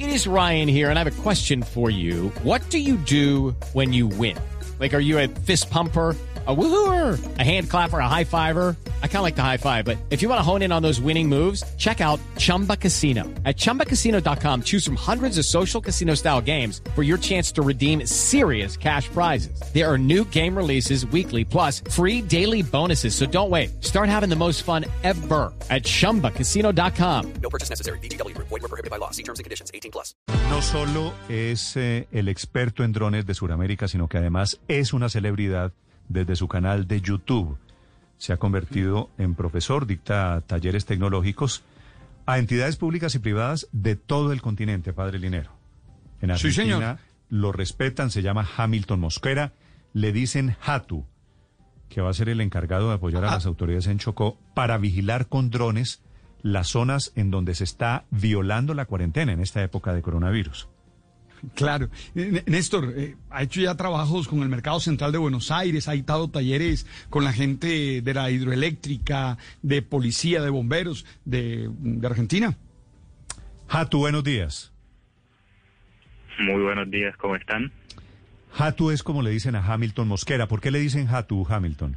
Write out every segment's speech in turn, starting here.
It is Ryan here, and I have a question for you. What do you do when you win? Like, are you a fist pumper, a woohooer, a hand clapper, a high fiver? I kind of like the high five, but if you want to hone in on those winning moves, check out Chumba Casino. At ChumbaCasino.com, choose from hundreds of social casino-style games for your chance to redeem serious cash prizes. There are new game releases weekly, plus free daily bonuses. So don't wait. Start having the most fun ever at ChumbaCasino.com. No purchase necessary. VGW Group. Void where prohibited by law. See terms and conditions. 18+. No solo es el experto en drones de Sudamérica, sino que además es una celebridad desde su canal de YouTube. Se ha convertido en profesor, dicta talleres tecnológicos a entidades públicas y privadas de todo el continente, padre Linero. En Argentina Sí, señor. Lo respetan, se llama Hamilton Mosquera, le dicen Hatu, que va a ser el encargado de apoyar a las autoridades en Chocó para vigilar con drones las zonas en donde se está violando la cuarentena en esta época de coronavirus. Claro. Néstor, ha hecho ya trabajos con el Mercado Central de Buenos Aires, ha dictado talleres con la gente de la hidroeléctrica, de policía, de bomberos, de Argentina. Hatu, buenos días. Muy buenos días, ¿cómo están? Hatu es como le dicen a Hamilton Mosquera. ¿Por qué le dicen Hatu, Hamilton?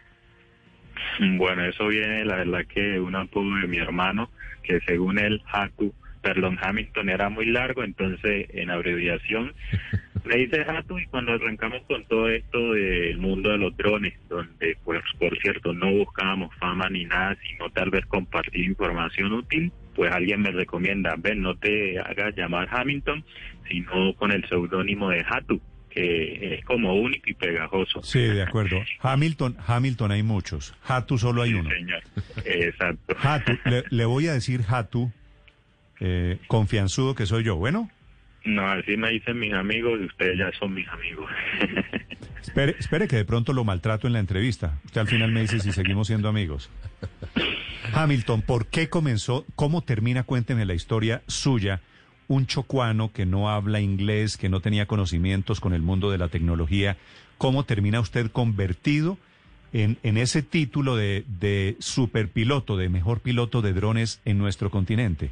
Bueno, eso viene, la verdad, que de un apodo de mi hermano, que según él, Hamilton era muy largo, entonces en abreviación le dice Hatu. Y cuando arrancamos con todo esto del mundo de los drones, donde, pues, por cierto, no buscábamos fama ni nada, sino tal vez compartir información útil, pues alguien me recomienda, ven, no te hagas llamar Hamilton, sino con el seudónimo de Hatu, que es como único y pegajoso. Sí, de acuerdo. Hamilton hay muchos. Hatu solo hay uno. Señor. Exacto. Hatu, le voy a decir Hatu, confianzudo que soy yo. Bueno. No, así me dicen mis amigos y ustedes ya son mis amigos. Espere que de pronto lo maltrato en la entrevista. Usted al final me dice si seguimos siendo amigos. Hamilton, ¿por qué comenzó? ¿Cómo termina? Cuénteme la historia suya. Un chocuano que no habla inglés, que no tenía conocimientos con el mundo de la tecnología. ¿Cómo termina usted convertido en ese título de superpiloto, de mejor piloto de drones en nuestro continente?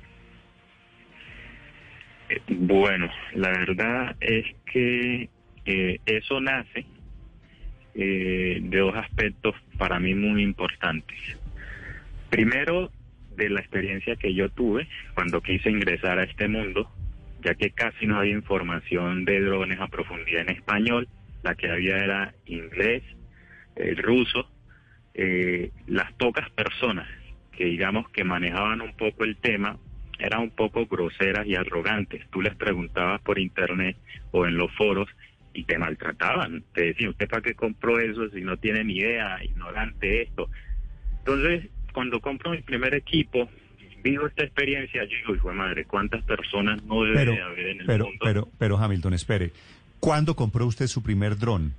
Bueno, la verdad es que eso nace de dos aspectos para mí muy importantes. Primero, de la experiencia que yo tuve cuando quise ingresar a este mundo, ya que casi no había información de drones a profundidad en español, la que había era inglés, ruso, las pocas personas que digamos que manejaban un poco el tema eran un poco groseras y arrogantes. Tú les preguntabas por internet o en los foros y te maltrataban, te decían, ¿usted para qué compró eso si no tiene ni idea, ignorante esto? Entonces, cuando compro mi primer equipo, vivo esta experiencia, yo digo, hijo de madre, ¿cuántas personas no debe de haber en el mundo? Pero Hamilton, espere, ¿cuándo compró usted su primer dron?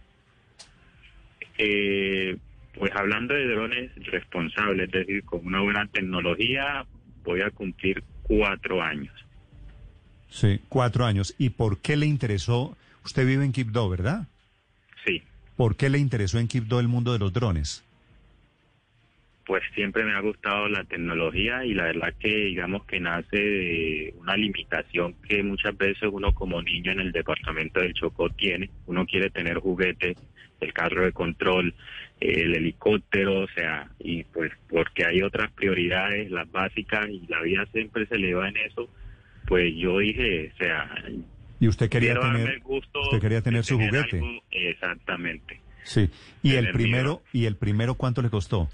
Pues hablando de drones responsables, es decir, con una buena tecnología, voy a cumplir 4 años. Sí, 4 años. ¿Y por qué le interesó? Usted vive en Quibdó, ¿verdad? Sí. ¿Por qué le interesó en Quibdó el mundo de los drones? Pues siempre me ha gustado la tecnología y la verdad que digamos que nace de una limitación que muchas veces uno como niño en el departamento del Chocó tiene. Uno quiere tener juguetes, el carro de control, el helicóptero, o sea, y pues porque hay otras prioridades, las básicas, y la vida siempre se le va en eso, pues yo dije, o sea... ¿Y usted quería tener su juguete? Algo, exactamente. Sí. ¿Y el primero cuánto le costó?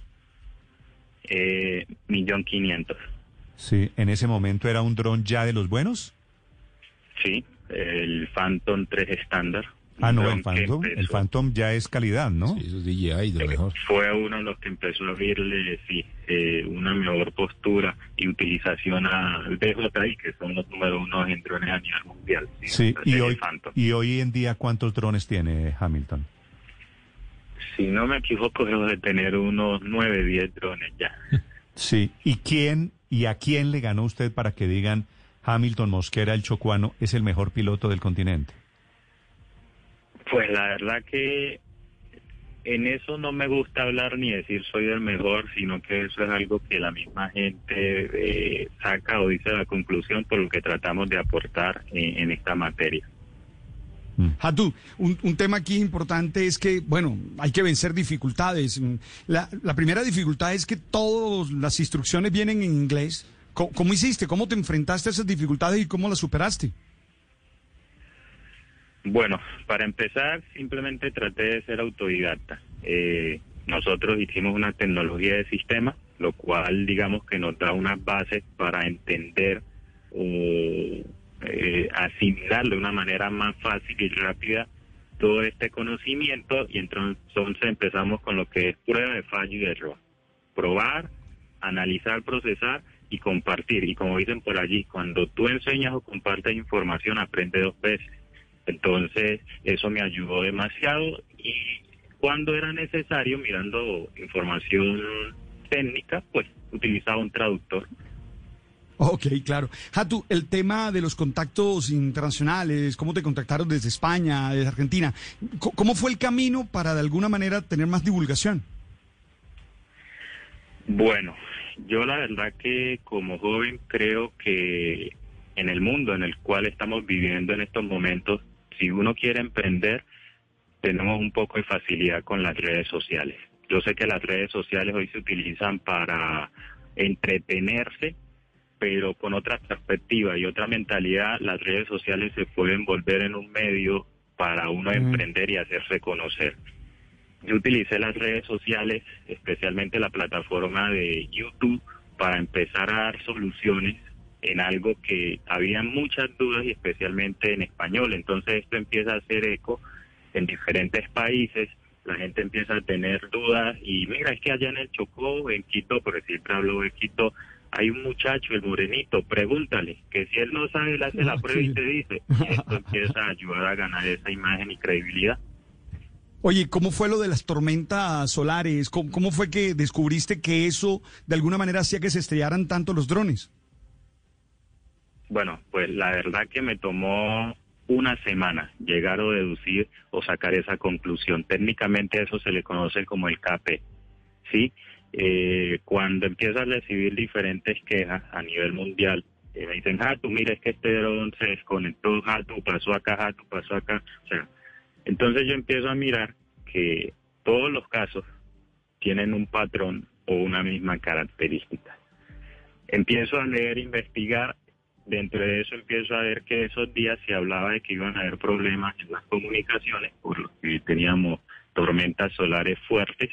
1.500.000. Sí, ¿en ese momento era un dron ya de los buenos? Sí, el Phantom 3 estándar. Ah, no, el Phantom ya es calidad, ¿no? Sí, eso es DJI, de lo mejor. Fue uno de los que empezó a abrirle, sí, una mejor postura y utilización al DJI, que son los número 1 en drones a nivel mundial. Sí, y hoy en día, ¿cuántos drones tiene Hamilton? Si no me equivoco, debo de tener unos 9, 10 drones ya. Sí, ¿y a quién le ganó usted para que digan Hamilton Mosquera, el chocuano, es el mejor piloto del continente? Pues la verdad que en eso no me gusta hablar ni decir soy el mejor, sino que eso es algo que la misma gente saca o dice la conclusión por lo que tratamos de aportar en esta materia. Hatu, un tema aquí importante es que, bueno, hay que vencer dificultades. La primera dificultad es que todas las instrucciones vienen en inglés. ¿Cómo hiciste? ¿Cómo te enfrentaste a esas dificultades y cómo las superaste? Bueno, para empezar, simplemente traté de ser autodidacta. Nosotros hicimos una tecnología de sistema, lo cual, digamos, que nos da unas bases para entender asimilar de una manera más fácil y rápida todo este conocimiento, y entonces empezamos con lo que es prueba de fallo y de error. Probar, analizar, procesar y compartir. Y como dicen por allí, cuando tú enseñas o compartes información, aprende 2 veces. Entonces, eso me ayudó demasiado, y cuando era necesario, mirando información técnica, pues utilizaba un traductor. Ok, claro. Hatu, el tema de los contactos internacionales, ¿cómo te contactaron desde España, desde Argentina? ¿Cómo fue el camino para de alguna manera tener más divulgación? Bueno, yo la verdad que como joven creo que en el mundo en el cual estamos viviendo en estos momentos, si uno quiere emprender, tenemos un poco de facilidad con las redes sociales. Yo sé que las redes sociales hoy se utilizan para entretenerse, pero con otra perspectiva y otra mentalidad, las redes sociales se pueden volver en un medio para uno emprender y hacerse conocer. Yo utilicé las redes sociales, especialmente la plataforma de YouTube, para empezar a dar soluciones en algo que había muchas dudas, y especialmente en español. Entonces esto empieza a hacer eco en diferentes países, la gente empieza a tener dudas, y mira, es que allá en el Chocó, en Quito, porque siempre hablo de Quito, hay un muchacho, el morenito, pregúntale, que si él no sabe, él hace la prueba y te dice. Y esto empieza a ayudar a ganar esa imagen y credibilidad. Oye, ¿cómo fue lo de las tormentas solares? ¿Cómo fue que descubriste que eso de alguna manera hacía que se estrellaran tanto los drones? Bueno, pues la verdad que me tomó una semana llegar o deducir o sacar esa conclusión. Técnicamente eso se le conoce como el KP, ¿sí? Cuando empiezas a recibir diferentes quejas a nivel mundial, me dicen, Hatu, mira, es que este dron se desconectó, Hatu, pasó acá, Hatu, pasó acá. O sea, entonces yo empiezo a mirar que todos los casos tienen un patrón o una misma característica. Empiezo a leer, investigar. Dentro de eso empiezo a ver que esos días se hablaba de que iban a haber problemas en las comunicaciones, por lo que teníamos tormentas solares fuertes.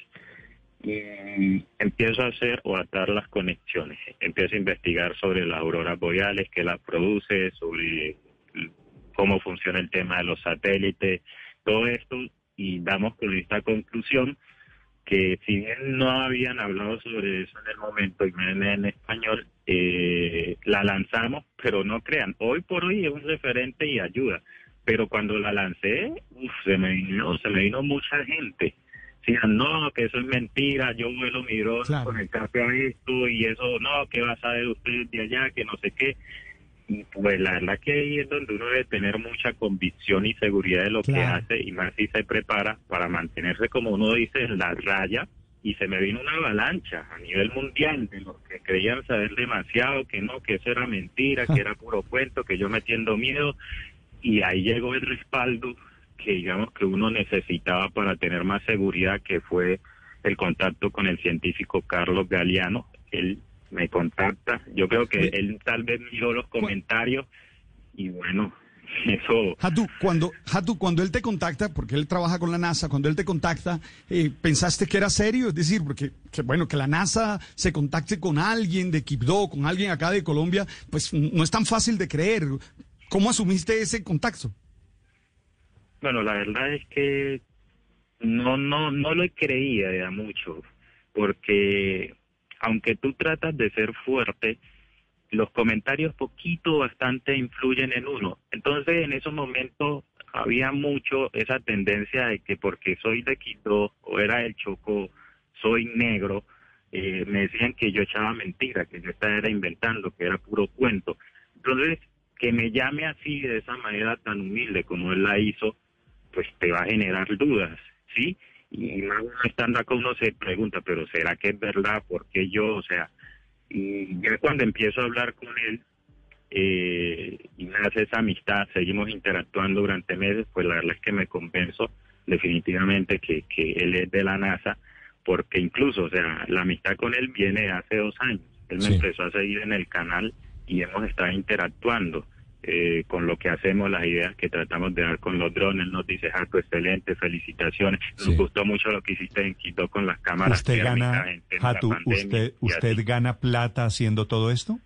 Y empiezo a hacer o atar las conexiones. Empiezo a investigar sobre las auroras boreales, qué las produce, sobre cómo funciona el tema de los satélites, todo esto, y damos con esta conclusión que si bien no habían hablado sobre eso en el momento, y en español, la lanzamos, pero no crean, hoy por hoy es un referente y ayuda, pero cuando la lancé, se me vino mucha gente. Decían, no, que eso es mentira, yo vuelo mi dron con el café a esto, y eso, no, ¿qué va a saber usted de allá? Que no sé qué. Y pues la verdad que ahí es donde uno debe tener mucha convicción y seguridad de lo que hace, y más si se prepara para mantenerse, como uno dice, en la raya. Y se me vino una avalancha a nivel mundial de los que creían saber demasiado, que no, que eso era mentira, que era puro cuento, que yo metiendo miedo, y ahí llegó el respaldo que digamos que uno necesitaba para tener más seguridad, que fue el contacto con el científico Carlos Galeano. Él me contacta, yo creo que él tal vez miró los comentarios, y bueno, eso... Hatu, cuando él te contacta, porque él trabaja con la NASA, cuando él te contacta, ¿pensaste que era serio? Es decir, porque que la NASA se contacte con alguien de Quibdó, con alguien acá de Colombia, pues no es tan fácil de creer. ¿Cómo asumiste ese contacto? Bueno, la verdad es que no lo creía ya mucho, porque aunque tú tratas de ser fuerte, los comentarios bastante influyen en uno. Entonces, en esos momentos había mucho esa tendencia de que porque soy de Quito o era del Chocó, soy negro, me decían que yo echaba mentira, que yo estaba inventando, que era puro cuento. Entonces, que me llame así, de esa manera tan humilde como él la hizo, pues te va a generar dudas, ¿sí? y más uno estando acá uno se pregunta, pero ¿será que es verdad? ¿Por qué yo? O sea, y ya cuando empiezo a hablar con él, y nace esa amistad, seguimos interactuando durante meses, pues la verdad es que me convenzo definitivamente que él es de la NASA, porque incluso, o sea, la amistad con él viene de hace 2 años. Él me empezó a seguir en el canal y hemos estado interactuando con lo que hacemos, las ideas que tratamos de dar con los drones. Nos dice, Jaco, excelente, felicitaciones. Nos gustó mucho lo que hiciste en Quito con las cámaras. ¿Usted gana, Jatu, usted gana plata haciendo todo esto?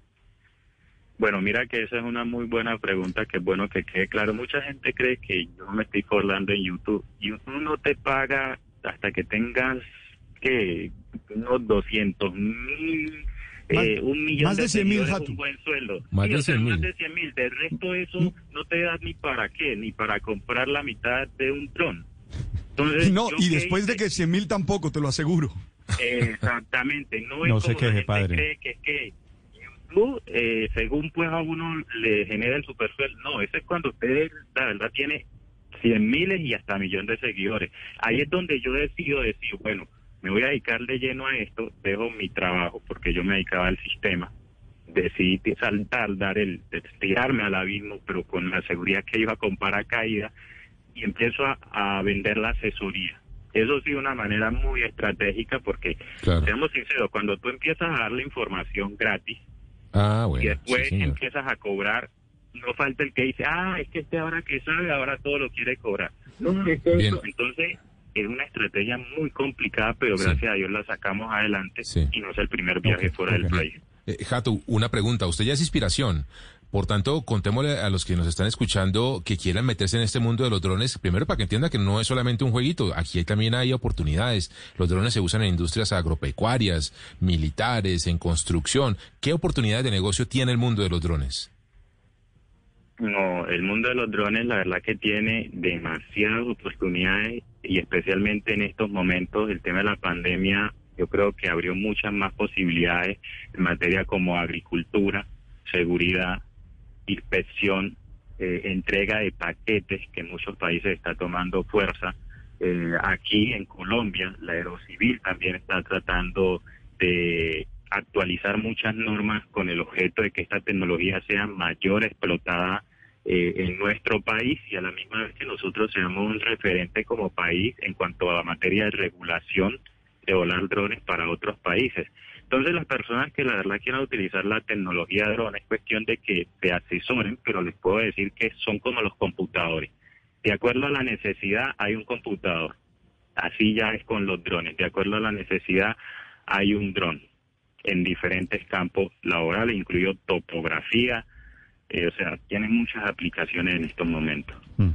Bueno, mira que esa es una muy buena pregunta, que es bueno que quede claro. Mucha gente cree que yo me estoy forrando en YouTube. YouTube no te paga hasta que tengas, ¿qué? Unos 200,000... 1.000.000 más de 100.000, un buen sueldo. Más de 100.000. Más de 100.000. Del resto eso no te da ni para qué, ni para comprar la mitad de un dron. Entonces, no, y después de que 100.000 tampoco, te lo aseguro. Exactamente. No es no como se queje, la gente padre. cree que es que YouTube, según pues a uno le genera el supersueldo. No, eso es cuando usted, la verdad, tiene 100.000 y hasta millón de seguidores. Ahí es donde yo decido decir, bueno, me voy a dedicar de lleno a esto, dejo mi trabajo porque yo me dedicaba al sistema, decidí saltar, tirarme al abismo, pero con la seguridad que iba con paracaídas, y empiezo a vender la asesoría. Eso sí, una manera muy estratégica porque, seamos sinceros, cuando tú empiezas a darle información gratis y después empiezas a cobrar, no falta el que dice, es que ahora que sabe, ahora todo lo quiere cobrar. No, entonces... Es una estrategia muy complicada, pero gracias a Dios la sacamos adelante y no es el primer viaje fuera del país. Jatu, una pregunta. Usted ya es inspiración. Por tanto, contémosle a los que nos están escuchando que quieran meterse en este mundo de los drones, primero para que entienda que no es solamente un jueguito, aquí también hay oportunidades. Los drones se usan en industrias agropecuarias, militares, en construcción. ¿Qué oportunidades de negocio tiene el mundo de los drones? No, el mundo de los drones la verdad que tiene demasiadas oportunidades y especialmente en estos momentos el tema de la pandemia yo creo que abrió muchas más posibilidades en materia como agricultura, seguridad, inspección, entrega de paquetes que en muchos países está tomando fuerza. Aquí en Colombia la Aerocivil también está tratando de actualizar muchas normas con el objeto de que esta tecnología sea mayor explotada en nuestro país y a la misma vez que nosotros seamos un referente como país en cuanto a la materia de regulación de volar drones para otros países. Entonces las personas que la verdad quieran utilizar la tecnología de drones es cuestión de que se asesoren, pero les puedo decir que son como los computadores. De acuerdo a la necesidad hay un computador. Así ya es con los drones. De acuerdo a la necesidad hay un dron en diferentes campos laborales, incluido topografía, o sea, tienen muchas aplicaciones en estos momentos.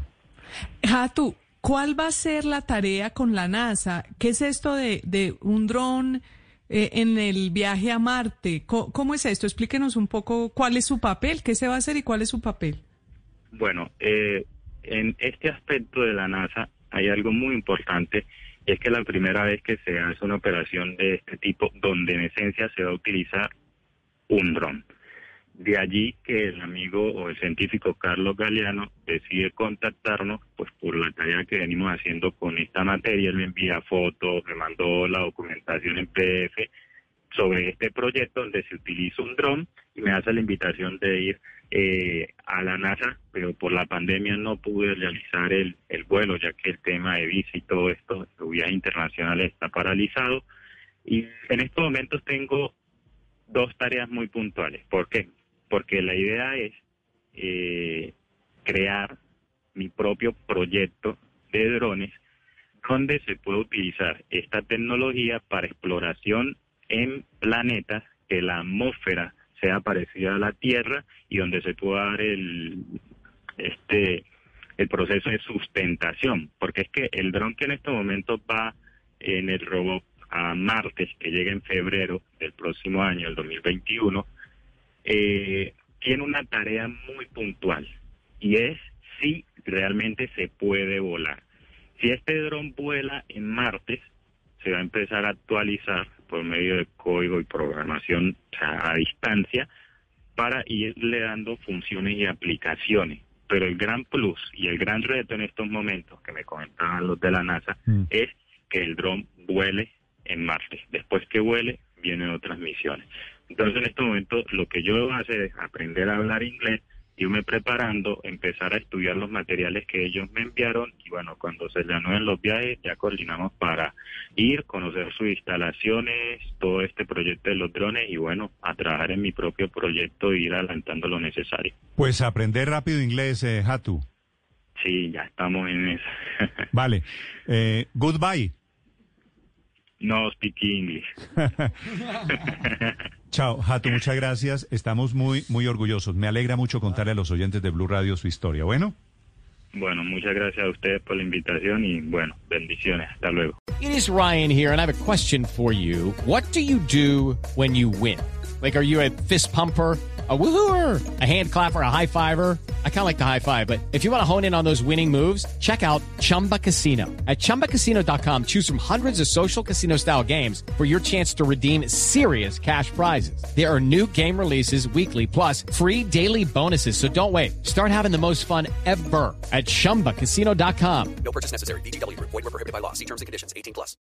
Jatu, ¿cuál va a ser la tarea con la NASA? ¿Qué es esto de un dron en el viaje a Marte? ¿Cómo es esto? Explíquenos un poco cuál es su papel, qué se va a hacer y cuál es su papel. Bueno, en este aspecto de la NASA hay algo muy importante, y es que la primera vez que se hace una operación de este tipo, donde en esencia se va a utilizar un dron. De allí que el amigo o el científico Carlos Galeano decide contactarnos, pues por la tarea que venimos haciendo con esta materia. Él me envía fotos, me mandó la documentación en PDF sobre este proyecto donde se utiliza un dron y me hace la invitación de ir a la NASA, pero por la pandemia no pude realizar el vuelo, ya que el tema de visa y todo esto, los viajes internacionales está paralizado. Y en estos momentos tengo 2 tareas muy puntuales. ¿Por qué? Porque la idea es crear mi propio proyecto de drones donde se puede utilizar esta tecnología para exploración en planetas que la atmósfera sea parecida a la Tierra y donde se pueda dar el proceso de sustentación, porque es que el dron que en estos momentos va en el robot a Marte, que llega en febrero del próximo año, el 2021, tiene una tarea muy puntual y es si realmente se puede volar. Si este dron vuela en Marte, se va a empezar a actualizar por medio de código y programación, o sea, a distancia, para irle dando funciones y aplicaciones. Pero el gran plus y el gran reto en estos momentos, que me comentaban los de la NASA, es que el dron vuele en Marte. Después que vuele, vienen otras misiones. Entonces, en estos momentos, lo que yo voy a hacer es aprender a hablar inglés, irme preparando, empezar a estudiar los materiales que ellos me enviaron y bueno, cuando se reanuden los viajes ya coordinamos para ir, conocer sus instalaciones, todo este proyecto de los drones y bueno, a trabajar en mi propio proyecto e ir adelantando lo necesario. Pues aprender rápido inglés, Hatu. Sí, ya estamos en eso. Vale. Goodbye. No speak English. Chao, Hatu, muchas gracias. Estamos muy orgullosos. Me alegra mucho contarle a los oyentes de Blue Radio su historia. Bueno. Bueno, muchas gracias a ustedes por la invitación y bueno, bendiciones. Hasta luego. It is Ryan here, and I have a question for you. What do you do when you win? Like, are you a fist pumper, a woohooer, a hand clapper, a high fiver? I kind of like the high five, but if you want to hone in on those winning moves, check out Chumba Casino. At ChumbaCasino.com, choose from hundreds of social casino-style games for your chance to redeem serious cash prizes. There are new game releases weekly, plus free daily bonuses. So don't wait. Start having the most fun ever at ChumbaCasino.com. No purchase necessary. VGW Group. Void where prohibited by law. See terms and conditions. 18+.